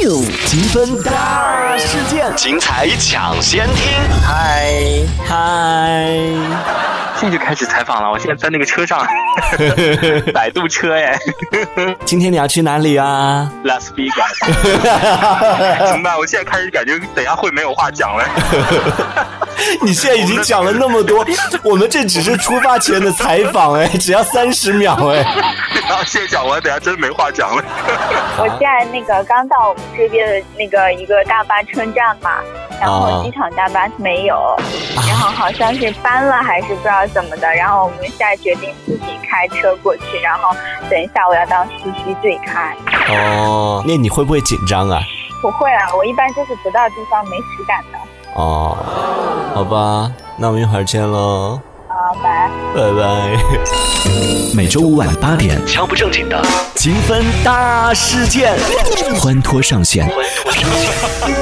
积分大事件， 精彩抢先听。 嗨， 现在就开始采访了，我现在在那个车上，摆渡车哎。 今天你要去哪里啊？ 拉斯维加斯。怎么办？我现在开始感觉等一下会没有话讲了。 你现在已经讲了那么多，我们这只是出发前的采访哎，只要30秒哎。 然后现在讲完，等一下真没话讲了。 我现在那个刚到我们这边的那个一个大巴车站嘛，然后机场大巴没有，然后好像是搬了还是不知道怎么的，然后我们现在决定自己开车过去，然后等一下我要当司机自己开。 哦，那你会不会紧张啊？ 不会啊，我一般就是不到地方没实感的。 哦，好吧，那我们一会儿见喽。 好，拜拜。 每周5晚8点，枪不正经的积分大事件， 欢脱上线。